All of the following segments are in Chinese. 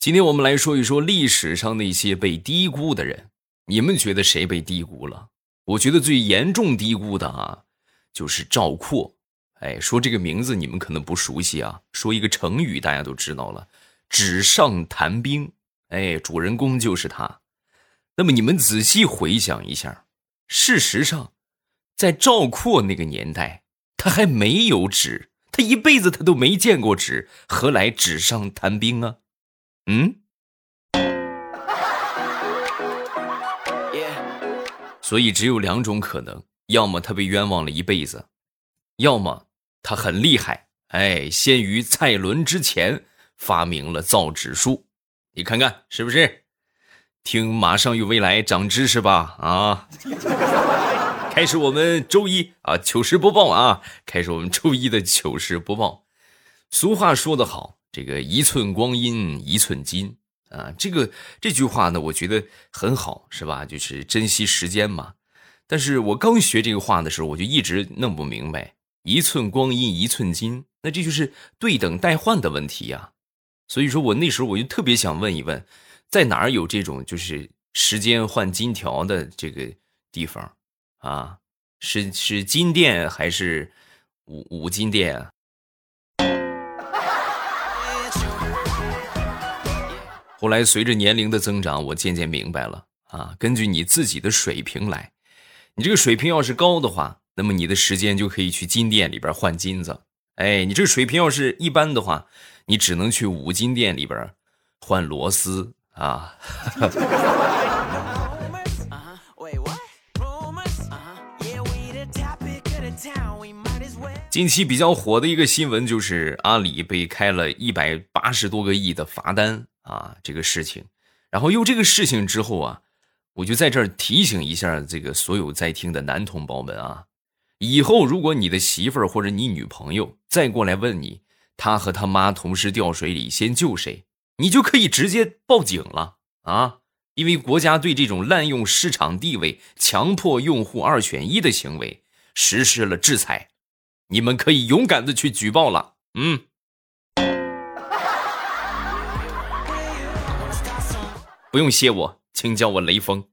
今天我们来说一说历史上那些被低估的人，你们觉得谁被低估了？我觉得最严重低估的就是赵括。说这个名字你们可能不熟悉啊，说一个成语大家都知道了，纸上谈兵。主人公就是他。那么你们仔细回想一下，事实上在赵括那个年代，他还没有纸，他一辈子他都没见过纸，何来纸上谈兵啊？所以只有两种可能，要么他被冤枉了一辈子，要么他很厉害，先于蔡伦之前发明了造纸术。你看看是不是？听马上与未来长知识吧开始我们周一糗事播报开始我们周一的糗事播报。俗话说得好，这个一寸光阴一寸金这句话呢，我觉得很好，是吧？就是珍惜时间嘛。但是我刚学这个话的时候，我就一直弄不明白，一寸光阴一寸金，那这就是对等代换的问题呀。所以说我那时候我就特别想问一问，在哪儿有这种就是时间换金条的这个地方是金店还是五金店啊？后来随着年龄的增长，我渐渐明白了根据你自己的水平来，你这个水平要是高的话，那么你的时间就可以去金店里边换金子。你这个水平要是一般的话，你只能去五金店里边换螺丝近期比较火的一个新闻就是阿里被开了180多个亿的罚单这个事情。然后有这个事情之后我就在这儿提醒一下这个所有在听的男同胞们以后如果你的媳妇儿或者你女朋友再过来问你，他和他妈同时掉水里，先救谁，你就可以直接报警了因为国家对这种滥用市场地位、强迫用户2选1的行为实施了制裁，你们可以勇敢的去举报了。不用谢我，请叫我雷锋。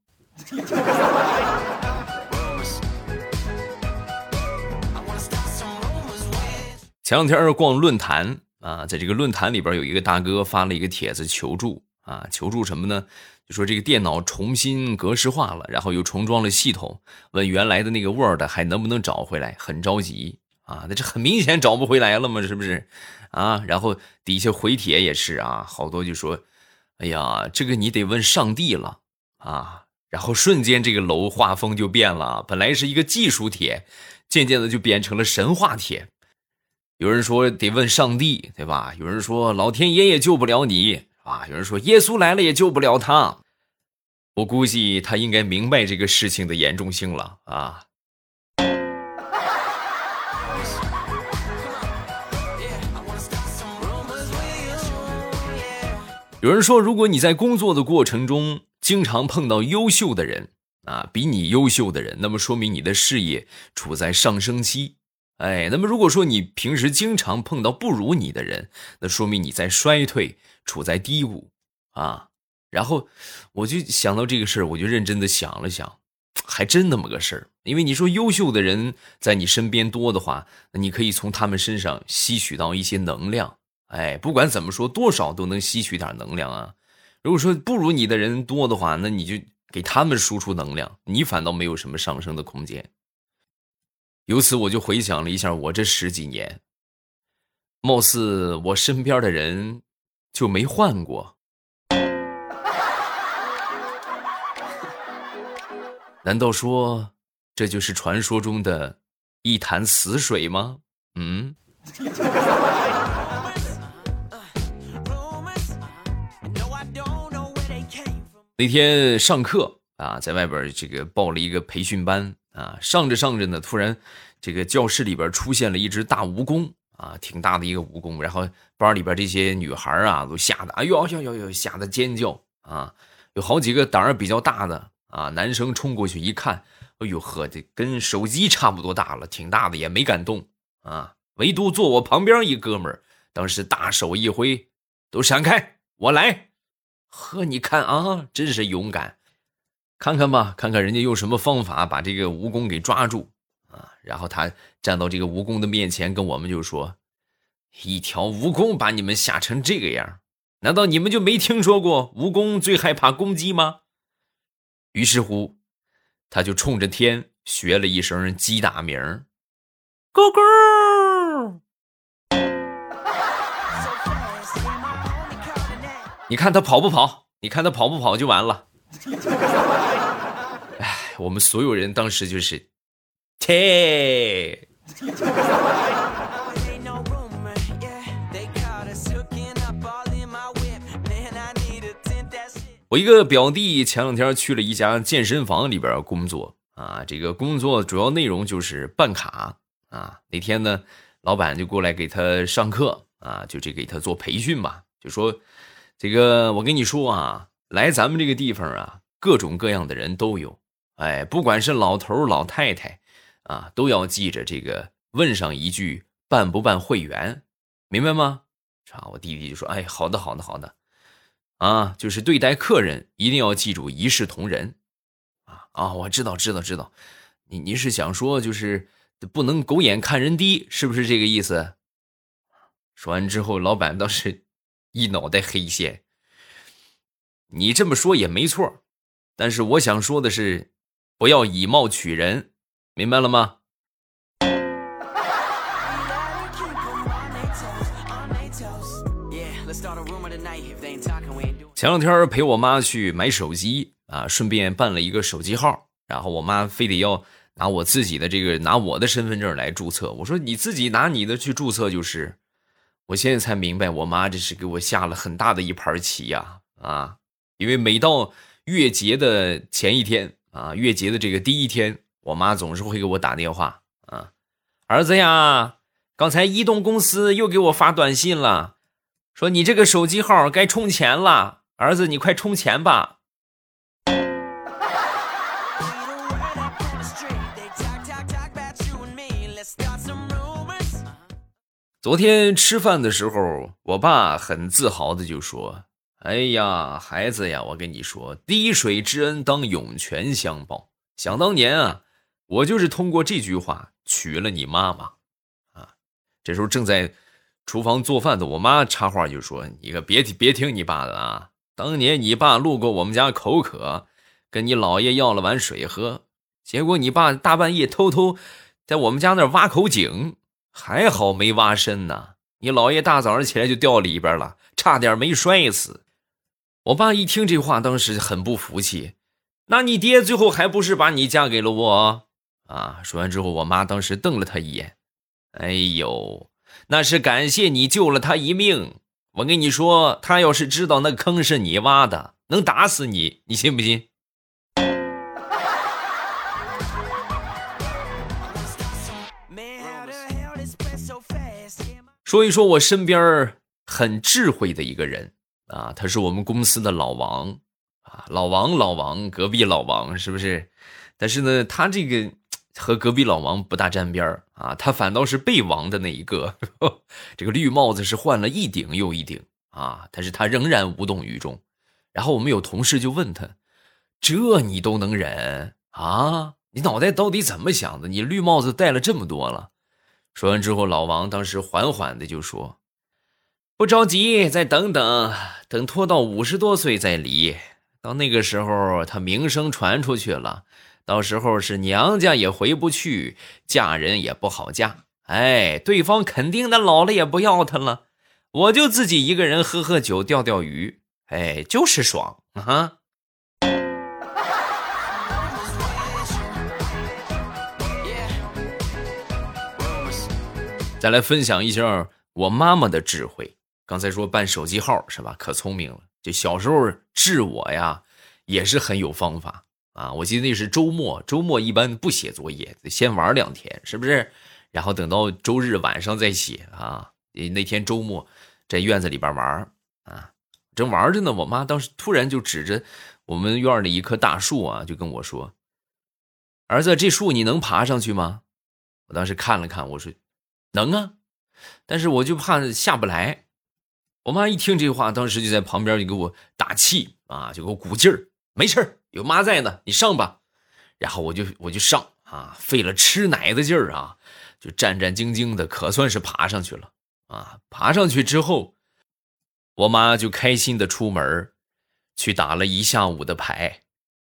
前两天逛论坛在这个论坛里边有一个大哥发了一个帖子求助求助什么呢？就说这个电脑重新格式化了，然后又重装了系统，问原来的那个 Word 还能不能找回来，很着急那这很明显找不回来了嘛，是不是然后底下回帖也是好多就说哎呀，这个你得问上帝了然后瞬间这个楼画风就变了，本来是一个技术帖，渐渐的就变成了神话帖。有人说得问上帝，对吧？有人说老天爷也救不了你有人说耶稣来了也救不了他。我估计他应该明白这个事情的严重性了有人说，如果你在工作的过程中经常碰到优秀的人比你优秀的人，那么说明你的事业处在上升期。那么如果说你平时经常碰到不如你的人，那说明你在衰退，处在低谷然后我就想到这个事儿，我就认真的想了想，还真那么个事儿。因为你说优秀的人在你身边多的话，那你可以从他们身上吸取到一些能量。不管怎么说，多少都能吸取点能量如果说不如你的人多的话，那你就给他们输出能量，你反倒没有什么上升的空间。由此我就回想了一下我这10几年，貌似我身边的人就没换过。难道说这就是传说中的一潭死水吗？那天上课在外边这个报了一个培训班上着上着呢，突然这个教室里边出现了一只大蜈蚣挺大的一个蜈蚣，然后班里边这些女孩都吓得哎呦吓得尖叫有好几个胆儿比较大的男生冲过去一看，哎呦呵，这跟手机差不多大了，挺大的，也没敢动唯独坐我旁边一哥们儿当时大手一挥，都闪开，我来呵，你看啊，真是勇敢。看看吧，看看人家用什么方法把这个蜈蚣给抓住啊！然后他站到这个蜈蚣的面前，跟我们就说：一条蜈蚣把你们吓成这个样，难道你们就没听说过蜈蚣最害怕公鸡吗？于是乎，他就冲着天学了一声鸡打鸣，咕咕。你看他跑不跑？你看他跑不跑就完了。哎，我们所有人当时就是切。我一个表弟前两天去了一家健身房里边工作啊，这个工作主要内容就是办卡啊。那天呢，老板就过来给他上课啊，就这给他做培训吧，就说这个我跟你说啊，来咱们这个地方啊，各种各样的人都有，哎，不管是老头老太太啊，都要记着这个问上一句办不办会员，明白吗？啊，我弟弟就说，哎，好的好的好的。啊，就是对待客人一定要记住一视同仁，我知道，你是想说就是不能狗眼看人低，是不是这个意思？说完之后，老板倒是一脑袋黑线。你这么说也没错，但是我想说的是，不要以貌取人，明白了吗？前两天陪我妈去买手机啊，顺便办了一个手机号，然后我妈非得要拿我自己的拿我的身份证来注册。我说你自己拿你的去注册就是。我现在才明白，我妈这是给我下了很大的一盘棋呀啊！因为每到月结的前一天啊，月结的这个第一天，我妈总是会给我打电话啊，儿子呀，刚才移动公司又给我发短信了。说你这个手机号该充钱了，儿子你快充钱吧。昨天吃饭的时候，我爸很自豪的就说，哎呀孩子呀，我跟你说，滴水之恩当涌泉相报，想当年啊，我就是通过这句话娶了你妈妈啊。这时候正在厨房做饭的我妈插话就说，你可别听你爸的啊，当年你爸路过我们家口渴，跟你姥爷要了碗水喝，结果你爸大半夜偷偷在我们家那儿挖口井，还好没挖深呢，你姥爷大早上起来就掉里边了，差点没摔死。我爸一听这话当时很不服气，那你爹最后还不是把你嫁给了我啊？说完之后我妈当时瞪了他一眼，哎呦，那是感谢你救了他一命，我跟你说，他要是知道那坑是你挖的，能打死你，你信不信？说一说我身边很智慧的一个人啊，他是我们公司的老王啊，老王，隔壁老王是不是？但是呢，他这个和隔壁老王不大沾边啊，他反倒是被王的那一个，这个绿帽子是换了一顶又一顶啊，但是他仍然无动于衷。然后我们有同事就问他，这你都能忍啊？你脑袋到底怎么想的？你绿帽子戴了这么多了。说完之后，老王当时缓缓的就说，不着急，再等等，等拖到50多岁再离，到那个时候他名声传出去了，到时候是娘家也回不去，嫁人也不好嫁，哎，对方肯定的老了也不要他了，我就自己一个人喝喝酒钓钓鱼，哎，就是爽啊。再来分享一下我妈妈的智慧。刚才说办手机号是吧，可聪明了，就小时候治我呀也是很有方法啊。我记得那是周末一般不写作业，先玩2天是不是，然后等到周日晚上再写啊。那天周末在院子里边玩啊，正玩着呢，我妈当时突然就指着我们院的一棵大树啊，就跟我说，儿子，这树你能爬上去吗？我当时看了看，我说能啊，但是我就怕下不来。我妈一听这话，当时就在旁边就给我打把气啊，就给我鼓劲儿，没事有妈在呢，你上吧。然后我就上啊，费了吃奶的劲儿啊，就战战兢兢的，可算是爬上去了啊。爬上去之后，我妈就开心的出门去打了一下午的牌。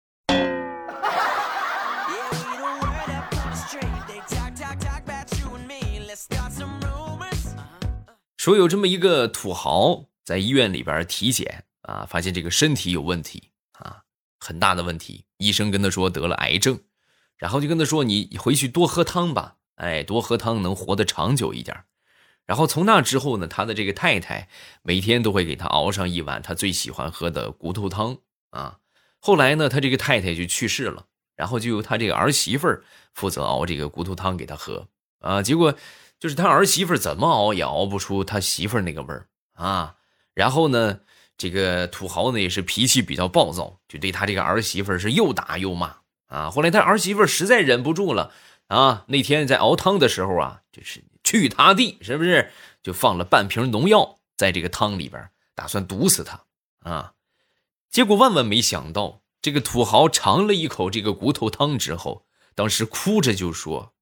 说有这么一个土豪在医院里边体检啊，发现这个身体有问题啊，很大的问题。医生跟他说得了癌症，然后就跟他说你回去多喝汤吧，多喝汤能活得长久一点。然后从那之后呢，他的这个太太每天都会给他熬上一碗他最喜欢喝的骨头汤啊。后来呢，他这个太太就去世了，然后就由他这个儿媳妇负责熬这个骨头汤给他喝啊。结果就是他儿媳妇怎么熬也熬不出他媳妇那个味儿啊。然后呢，这个土豪呢也是脾气比较暴躁，就对他这个儿媳妇是又打又骂啊。后来他儿媳妇实在忍不住了啊，那天在熬汤的时候啊，就是去他地，是不是就放了半瓶农药在这个汤里边，打算毒死他啊。结果万万没想到，这个土豪尝了一口这个骨头汤之后，当时哭着就说，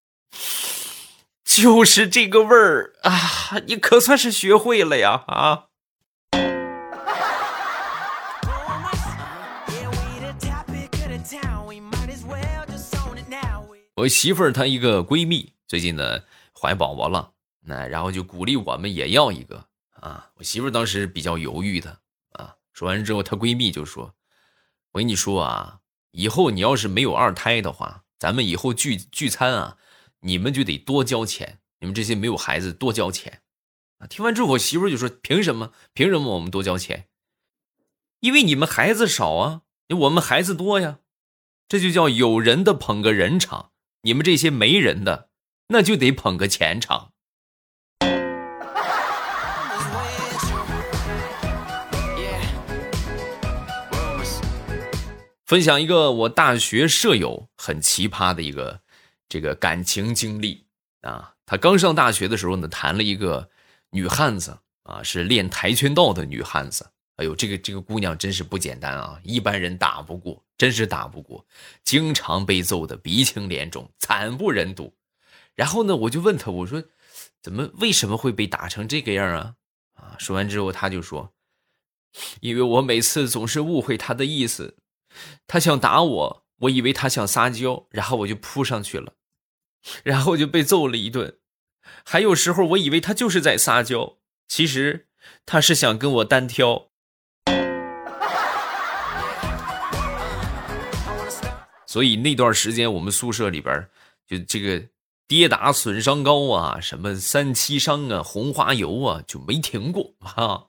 就是这个味儿啊，你可算是学会了呀啊。我媳妇儿她一个闺蜜最近呢怀宝宝了，然后就鼓励我们也要一个啊。我媳妇儿当时比较犹豫的啊，说完之后她闺蜜就说，我跟你说啊，以后你要是没有二胎的话，咱们以后聚餐啊，你们就得多交钱，你们这些没有孩子多交钱啊。听完之后我媳妇儿就说，凭什么我们多交钱？因为你们孩子少啊，我们孩子多呀，这就叫有人的捧个人场，你们这些没人的那就得捧个钱场。分享一个我大学舍友很奇葩的一个这个感情经历啊。他刚上大学的时候呢，谈了一个女汉子啊，是练跆拳道的女汉子。哎呦，这个姑娘真是不简单啊，一般人打不过，真是打不过，经常被揍得鼻青脸肿，惨不忍睹。然后呢，我就问他，我说为什么会被打成这个样啊？啊，说完之后他就说，因为我每次总是误会他的意思，他想打我，我以为他想撒娇，然后我就扑上去了，然后就被揍了一顿。还有时候我以为他就是在撒娇，其实他是想跟我单挑。所以那段时间我们宿舍里边就这个跌打损伤膏啊，什么3七伤啊，红花油啊，就没停过啊。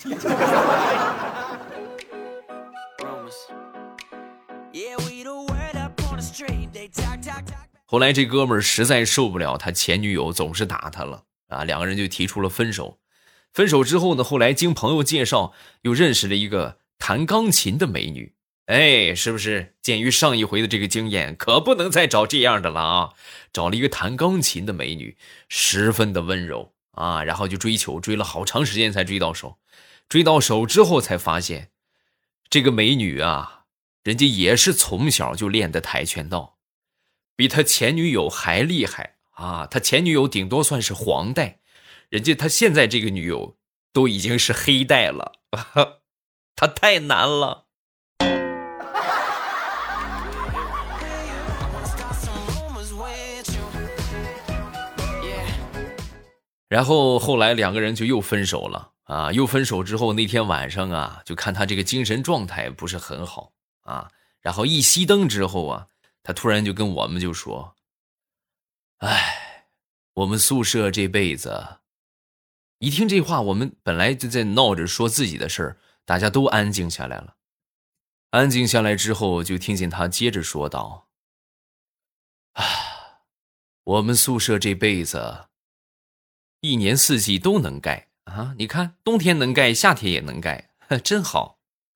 后来这哥们儿实在受不了他前女友总是打他了啊，两个人就提出了分手。分手之后呢，后来经朋友介绍又认识了一个弹钢琴的美女。哎，是不是鉴于上一回的这个经验，可不能再找这样的了啊？找了一个弹钢琴的美女，十分的温柔啊，然后就追求，追了好长时间才追到手。追到手之后才发现，这个美女啊，人家也是从小就练的跆拳道，比他前女友还厉害啊！他前女友顶多算是黄带，人家他现在这个女友都已经是黑带了，他太难了。然后后来两个人就又分手了啊！又分手之后，那天晚上啊，就看他这个精神状态不是很好啊。然后一熄灯之后啊，他突然就跟我们就说：“哎，我们宿舍这辈子……”一听这话，我们本来就在闹着说自己的事儿，大家都安静下来了。安静下来之后，就听见他接着说道：“啊，我们宿舍这辈子……一年四季都能盖啊！你看，冬天能盖，夏天也能盖，真好。”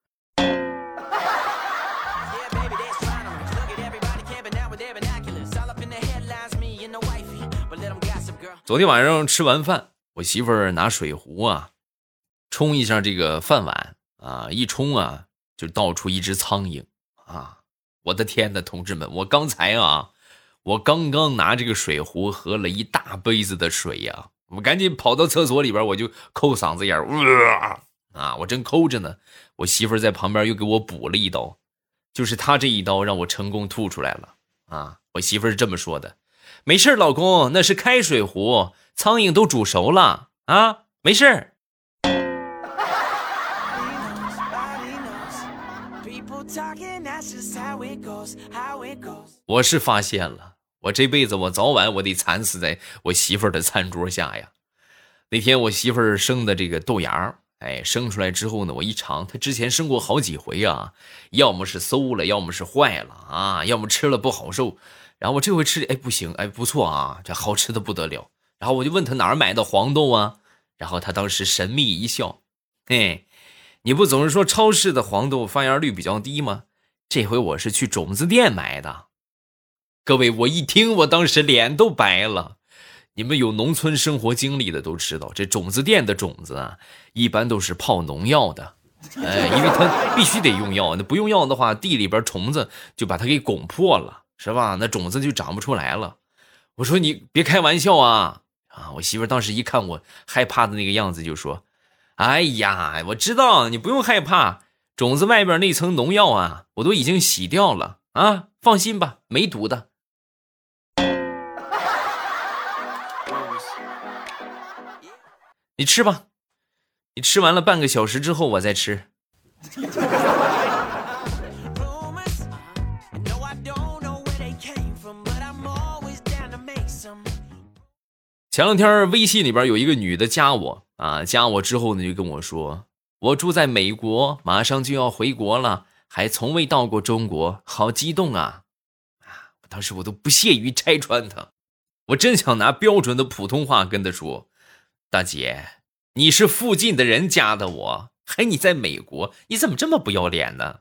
昨天晚上吃完饭，我媳妇儿拿水壶啊，冲一下这个饭碗啊，一冲啊就倒出一只苍蝇啊！我的天呐，同志们，我刚刚拿这个水壶喝了一大杯子的水呀，我赶紧跑到厕所里边，我就抠嗓子眼啊，我正抠着呢，我媳妇儿在旁边又给我补了一刀，就是她这一刀让我成功吐出来了啊！我媳妇儿是这么说的：没事老公，那是开水壶，苍蝇都煮熟了啊，没事。我是发现了，我这辈子我早晚我得惨死在我媳妇儿的餐桌下呀。那天我媳妇儿生的这个豆芽，生出来之后呢，我一尝，她之前生过好几回啊，要么是馊了，要么是坏了啊，要么吃了不好受。然后我这回吃，不行，不错啊，这好吃的不得了。然后我就问她哪儿买的黄豆啊，然后她当时神秘一笑，你不总是说超市的黄豆发芽率比较低吗？这回我是去种子店买的。各位，我一听，我当时脸都白了。你们有农村生活经历的都知道，这种子店的种子啊，一般都是泡农药的，因为它必须得用药，那不用药的话，地里边虫子就把它给拱破了，是吧？那种子就长不出来了。我说你别开玩笑啊！我媳妇当时一看我害怕的那个样子，就说：“哎呀，我知道你不用害怕，种子外边那层农药啊，我都已经洗掉了啊，放心吧，没毒的。”你吃吧，你吃完了半个小时之后我再吃。前两天微信里边有一个女的加我啊，加我之后呢就跟我说，我住在美国，马上就要回国了，还从未到过中国，好激动啊！当时我都不屑于拆穿她，我真想拿标准的普通话跟她说，大姐，你是附近的人加的我，还你在美国，你怎么这么不要脸呢？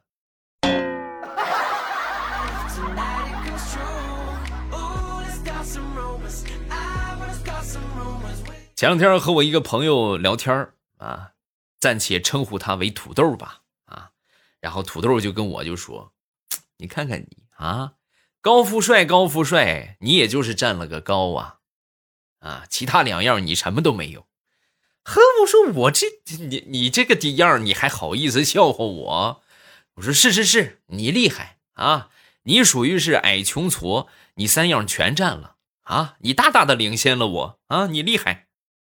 前两天和我一个朋友聊天啊，暂且称呼他为土豆吧啊，然后土豆就跟我就说，你看看你啊，高富帅高富帅，你也就是占了个高啊，其他两样你什么都没有。呵，我说我这你这个底样你还好意思笑话我？我说是，你厉害啊，你属于是矮穷矬，你三样全占了啊，你大大的领先了我啊，你厉害。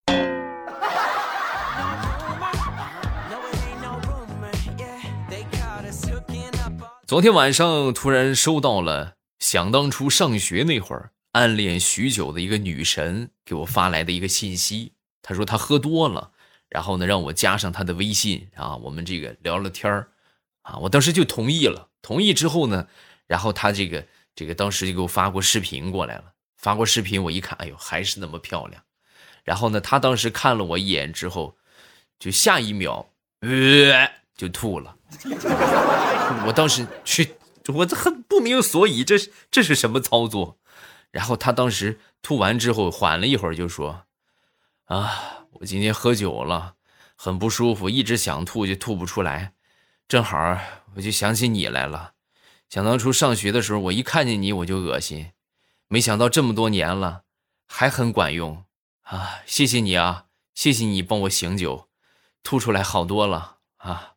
昨天晚上突然收到了想当初上学那会儿暗恋许久的一个女神给我发来的一个信息，她说她喝多了，然后呢让我加上她的微信啊，我们这个聊了天啊，我当时就同意了。同意之后呢，然后她这个当时就给我发过视频过来了，发过视频我一看，哎呦还是那么漂亮。然后呢，她当时看了我一眼之后，就下一秒就吐了。我当时我这很不明所以，这是什么操作？然后他当时吐完之后缓了一会儿就说，啊，我今天喝酒了，很不舒服，一直想吐就吐不出来，正好我就想起你来了，想当初上学的时候我一看见你我就恶心，没想到这么多年了还很管用啊，谢谢你啊，谢谢你帮我醒酒，吐出来好多了啊。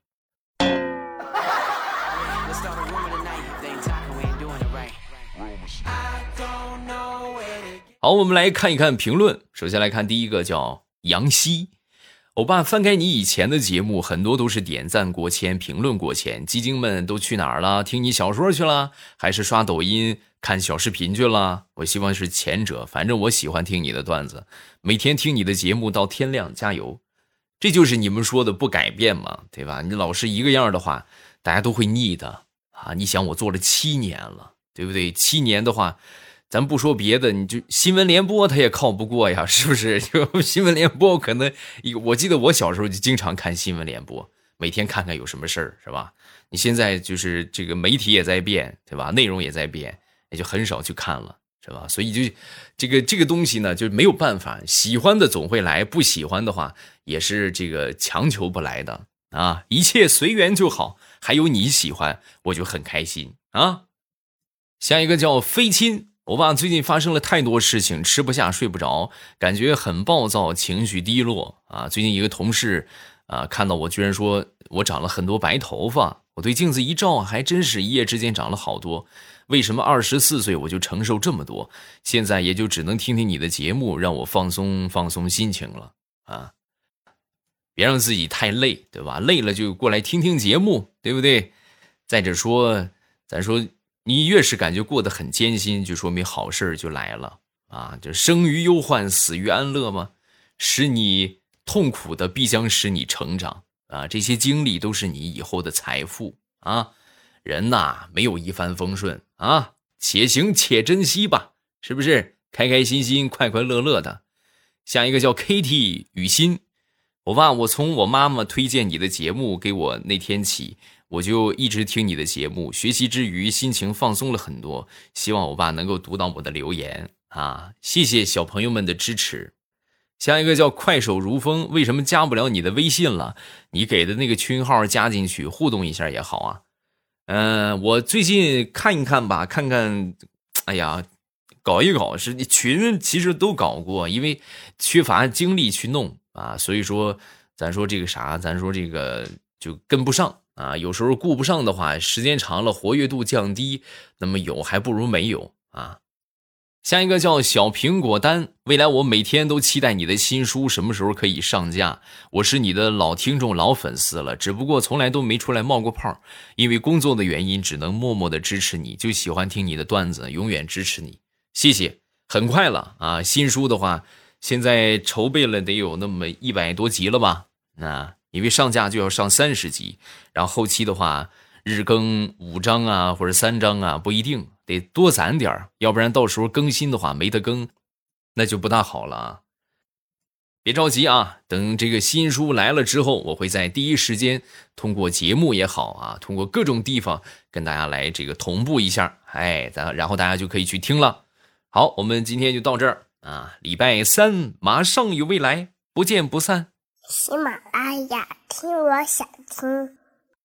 好，我们来看一看评论。首先来看第一个，叫杨希。欧巴，翻开你以前的节目，很多都是点赞过千，评论过千，基金们都去哪儿了？听你小说去了，还是刷抖音看小视频去了？我希望是前者，反正我喜欢听你的段子，每天听你的节目到天亮，加油。这就是你们说的不改变嘛，对吧？你老是一个样的话，大家都会腻的啊！你想我做了7年了，对不对？7年的话，咱不说别的，你就新闻联播它也靠不过呀，是不是？就新闻联播可能，我记得我小时候就经常看新闻联播，每天看看有什么事儿，是吧？你现在就是这个媒体也在变，对吧？内容也在变，也就很少去看了，是吧？所以就这个东西呢，就没有办法，喜欢的总会来，不喜欢的话也是这个强求不来的啊，一切随缘就好，还有你喜欢，我就很开心啊。下一个叫飞亲，我爸最近发生了太多事情，吃不下睡不着，感觉很暴躁，情绪低落啊。最近一个同事看到我居然说我长了很多白头发，我对镜子一照，还真是一夜之间长了好多。为什么24岁我就承受这么多？现在也就只能听听你的节目，让我放松放松心情了啊！别让自己太累，对吧？累了就过来听听节目，对不对？再者说，咱说你越是感觉过得很艰辛，就说明好事就来了啊！就生于忧患，死于安乐嘛。使你痛苦的必将使你成长啊！这些经历都是你以后的财富啊！人呐，没有一帆风顺啊，且行且珍惜吧，是不是？开开心心，快快乐乐的。下一个叫 Kitty 雨欣，我从我妈妈推荐你的节目给我那天起，我就一直听你的节目，学习之余心情放松了很多。希望我爸能够读到我的留言啊，谢谢小朋友们的支持。下一个叫快手如风，为什么加不了你的微信了？你给的那个群号加进去互动一下也好啊。我最近看一看吧，看看，哎呀，搞一搞，是群其实都搞过，因为缺乏精力去弄啊，所以说咱说这个就跟不上啊，有时候顾不上的话，时间长了活跃度降低，那么有还不如没有啊。下一个叫小苹果丹，未来我每天都期待你的新书什么时候可以上架。我是你的老听众老粉丝了，只不过从来都没出来冒过泡，因为工作的原因只能默默的支持你，就喜欢听你的段子，永远支持你，谢谢。很快了啊，新书的话现在筹备了得有那么100多集了吧，因为上架就要上30集，然后后期的话日更5章啊或者3章啊不一定，得多攒点，要不然到时候更新的话没得更，那就不大好了啊。别着急啊，等这个新书来了之后，我会在第一时间通过节目也好啊，通过各种地方跟大家来这个同步一下，然后大家就可以去听了。好，我们今天就到这儿啊，礼拜3马上有未来，不见不散。 喜马拉雅，听我想听。